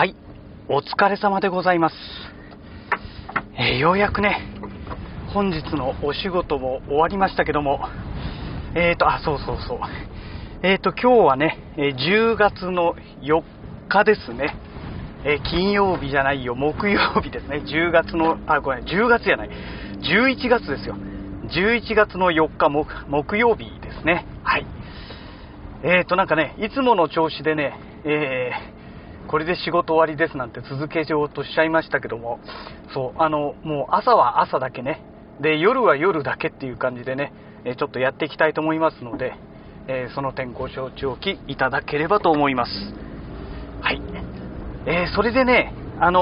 はい、お疲れ様でございます。ようやくね、本日のお仕事も終わりましたけども、そう、今日はね、10月の4日ですね。金曜日じゃないよ、木曜日ですね。10月の、10月じゃない、11月ですよ。11月の4日木曜日ですね。はい。なんかね、いつもの調子でね、これで仕事終わりですなんて続けようとしちゃいましたけども、そう、もう朝は朝だけね、で、夜は夜だけっていう感じでね、ちょっとやっていきたいと思いますので、その点ご承知おきいただければと思います。はい。それでね、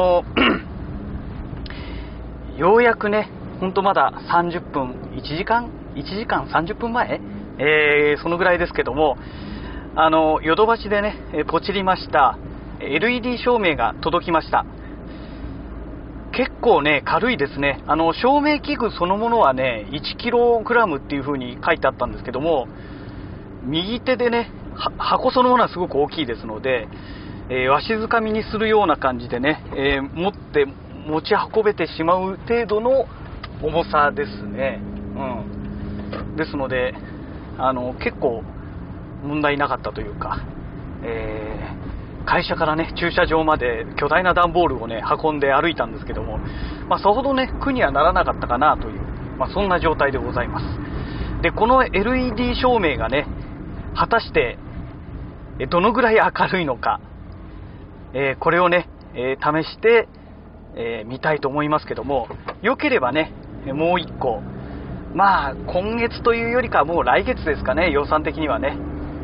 ようやくね、ほんとまだ30分、1時間30分前、そのぐらいですけども、ヨドバシでね、ポチりました LED 照明が届きました。結構ね、軽いですね。照明器具そのものはね、1kg っていう風に書いてあったんですけども、右手でね、箱そのものはすごく大きいですので、わしづかみにするような感じでね、持ち運べてしまう程度の重さですね。ですので、結構問題なかったというか、会社からね、駐車場まで巨大な段ボールをね、運んで歩いたんですけども、さほどね、苦にはならなかったかなという、そんな状態でございます。で、この LED 照明がね、果たしてどのぐらい明るいのか、これをね、試してみたいと思いますけども、良ければね、もう1個、今月というよりかはもう来月ですかね、予算的にはね、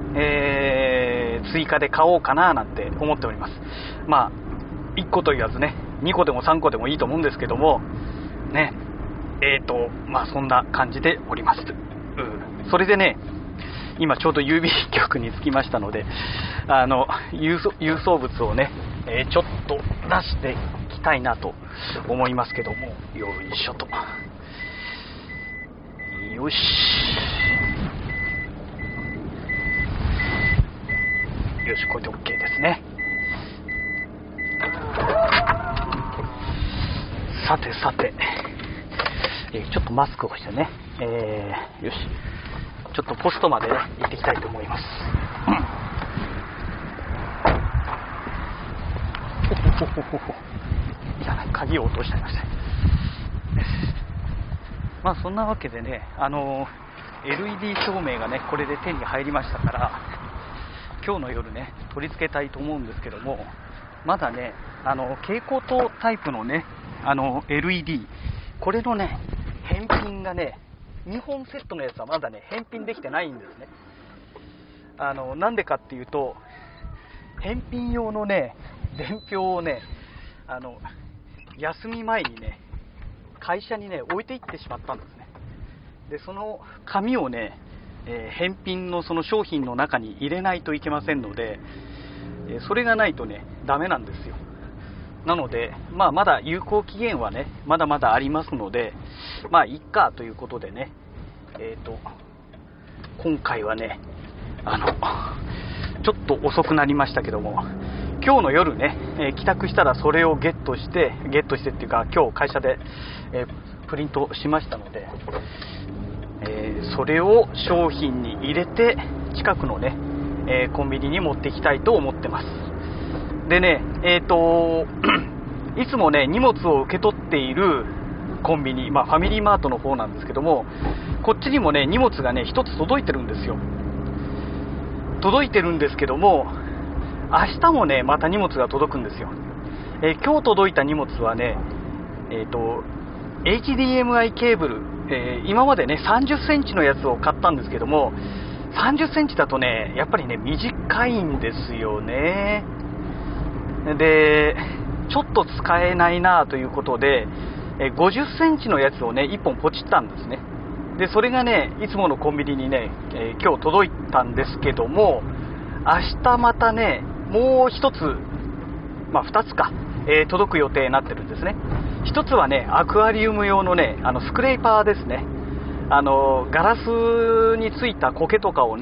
追加で買おうかななんて思っております。1個と言わずね、2個でも3個でもいいと思うんですけどもね、そんな感じでおります。それでね、今ちょうど郵便局に着きましたので、郵送物をね、ちょっと出していきたいなと思いますけども、よいしょと。よし。よし、これで OK ですね。さて、ちょっとマスクをしてね、よし。ちょっとポストまで、ね、行ってきたいと思います。やばい、鍵を落としちゃいました。そんなわけでね、LED 照明がね、これで手に入りましたから、今日の夜ね、取り付けたいと思うんですけども、まだね、蛍光灯タイプのね、LED、これのね、返品がね、2本セットのやつはまだね、返品できてないんですね。なんでかっていうと、返品用のね、伝票をね、休み前にね、会社にね、置いていってしまったんですね。で、その紙をね、返品のその商品の中に入れないといけませんので、それがないとね、ダメなんですよ。なので、まだ有効期限はね、まだまだありますので、いっかということでね、今回はね、ちょっと遅くなりましたけども、今日の夜ね、帰宅したらそれをゲットしてっていうか、今日会社で、プリントしましたので、それを商品に入れて、近くのね、コンビニに持っていきたいと思ってます。でね、いつもね、荷物を受け取っているコンビニ、ファミリーマートの方なんですけども、こっちにもね、荷物がね、一つ届いてるんですよ。届いてるんですけども、明日もね、また荷物が届くんですよ。今日届いた荷物はね、HDMI ケーブル、今までね、30センチのやつを買ったんですけども、30センチだとね、やっぱりね、短いんですよね。で、ちょっと使えないなということで、50センチのやつをね、1本ポチったんですね。で、それがね、いつものコンビニにね、今日届いたんですけども、明日またね、もう一つ、2つか、届く予定になってるんですね。一つはね、アクアリウム用のね、スクレーパーですね。ガラスについた苔とかをね、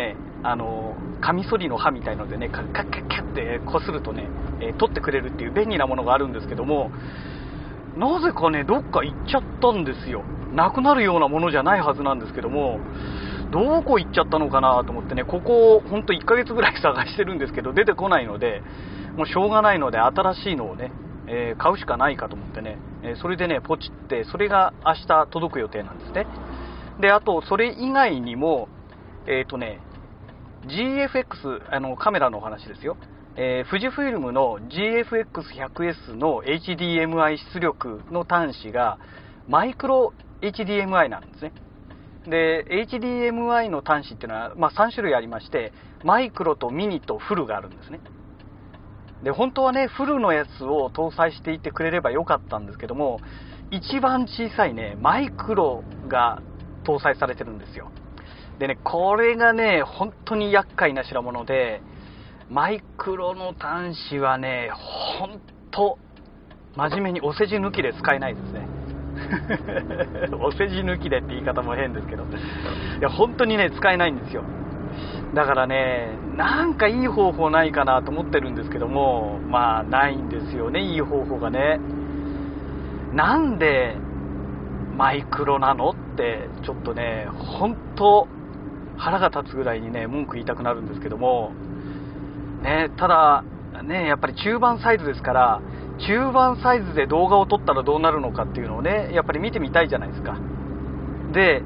カミソリの刃みたいのでね、カッカッカッカッってこするとね、取ってくれるっていう便利なものがあるんですけども、なぜかね、どっか行っちゃったんですよ。なくなるようなものじゃないはずなんですけども、どこ行っちゃったのかなと思ってね、ここほんと1ヶ月ぐらい探してるんですけど、出てこないので、もうしょうがないので、新しいのをね、買うしかないかと思ってね、それでね、ポチって、それが明日届く予定なんですね。で、あと、それ以外にも、GFX、カメラのお話ですよ。富士フィルムの GFX100S の HDMI 出力の端子がマイクロ HDMI なんですね。で、HDMI の端子っていうのは、3種類ありまして、マイクロとミニとフルがあるんですね。で、本当はね、フルのやつを搭載していってくれればよかったんですけども、一番小さいね、マイクロが搭載されてるんですよ。でね、これがね、本当に厄介な代物で、マイクロの端子はね、本当真面目にお世辞抜きで使えないですね。お世辞抜きでって言い方も変ですけど、いや本当にね、使えないんですよ。だからね、なんかいい方法ないかなと思ってるんですけども、ないんですよね、いい方法がね。なんでマイクロなのってちょっとね、本当腹が立つぐらいにね、文句言いたくなるんですけどもね。ただね、やっぱり中盤サイズですから、中盤サイズで動画を撮ったらどうなるのかっていうのをね、やっぱり見てみたいじゃないですか。で、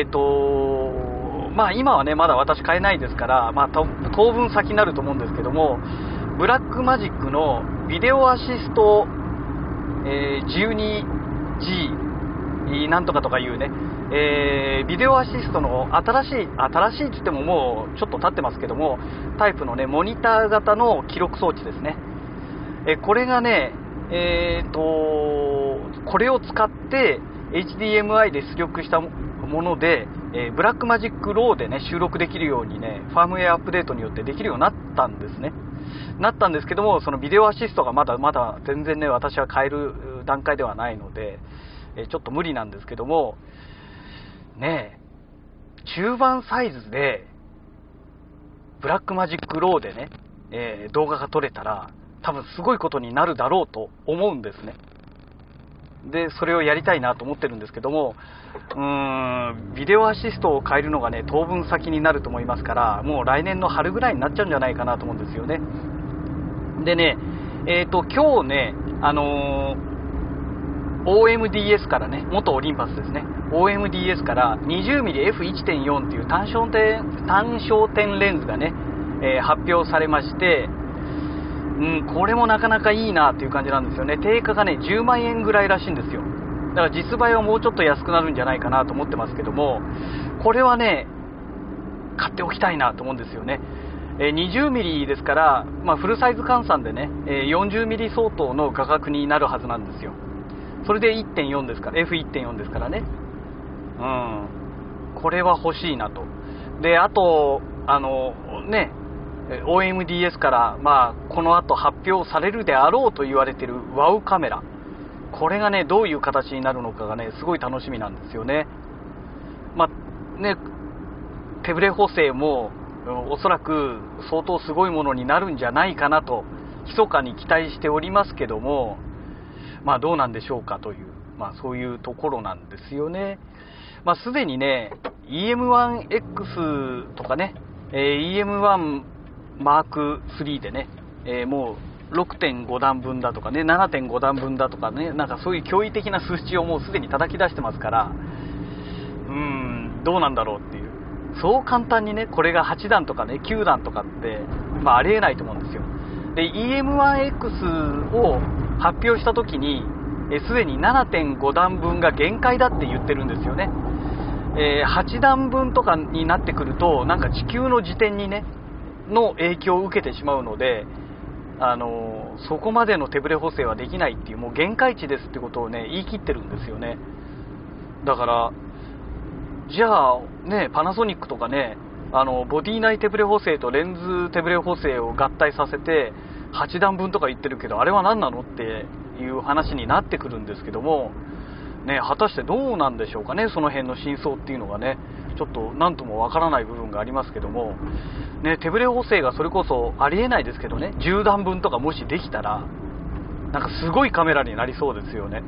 今はね、まだ私買えないですから、当分先になると思うんですけども、ブラックマジックのビデオアシスト、12G なんとかとかいうね、ビデオアシストの新しいって言ってももうちょっと経ってますけども、タイプのね、モニター型の記録装置ですね。これがね、これを使って HDMI で出力したもので、ブラックマジックローでね、収録できるようにね、ファームウェアアップデートによってできるようになったんですね。なったんですけども、そのビデオアシストがまだ全然ね、私は買える段階ではないので、ちょっと無理なんですけどもね、中盤サイズでブラックマジックローでね、動画が撮れたら多分すごいことになるだろうと思うんですね。で、それをやりたいなと思ってるんですけども、ビデオアシストを変えるのがね、当分先になると思いますから、もう来年の春ぐらいになっちゃうんじゃないかなと思うんですよね。でね、今日ね、OMDS からね、元オリンパスですね、OMDS から 20mmF1.4 っていう単焦点レンズがね、発表されまして、これもなかなかいいなっていう感じなんですよね。定価がね、10万円ぐらいらしいんですよ。だから実売はもうちょっと安くなるんじゃないかなと思ってますけども、これはね、買っておきたいなと思うんですよね。20mm ですから、フルサイズ換算でね、40mm 相当の価格になるはずなんですよ。それで 1.4 ですから、F1.4 ですからね。これは欲しいなと。で、あと、OMDS から、この後発表されるであろうと言われている WOW カメラ。これがね、どういう形になるのかがね、すごい楽しみなんですよね。手ブレ補正も、おそらく相当すごいものになるんじゃないかなと、密かに期待しておりますけども、どうなんでしょうかという、そういうところなんですよね。すでにね、EM1X とかね、EM1 マーク3でね、もう 6.5 段分だとかね、7.5 段分だとかね、なんかそういう驚異的な数値をもうすでに叩き出してますから、どうなんだろうっていう。そう簡単にね、これが8段とかね、9段とかって、ありえないと思うんですよ。で、EM1X を発表した時に、すでに 7.5 段分が限界だって言ってるんですよね。8段分とかになってくると、なんか地球の時点にね、の影響を受けてしまうので、そこまでの手ブレ補正はできないっていう、もう限界値ですってことをね、言い切ってるんですよね。だから、じゃあ、ね、パナソニックとかね、ボディ内手ブレ補正とレンズ手ブレ補正を合体させて、8段分とか言ってるけど、あれは何なのっていう話になってくるんですけども、ね、果たしてどうなんでしょうかね、その辺の真相っていうのがね。 ちょっと何ともわからない部分がありますけども、ね、手ブレ補正がそれこそありえないですけどね、10段分とかもしできたら、なんかすごいカメラになりそうですよね。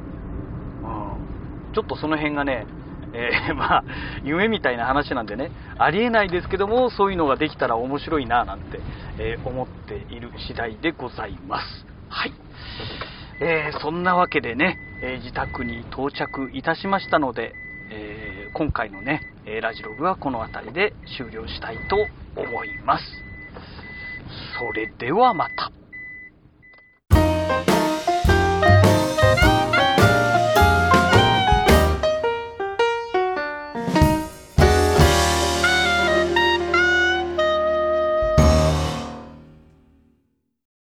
ちょっとその辺がね、まあ夢みたいな話なんでね、ありえないですけども、そういうのができたら面白いななんて、思っている次第でございます。はい、そんなわけでね、自宅に到着いたしましたので、今回のねラジログはこの辺りで終了したいと思います。それではまた。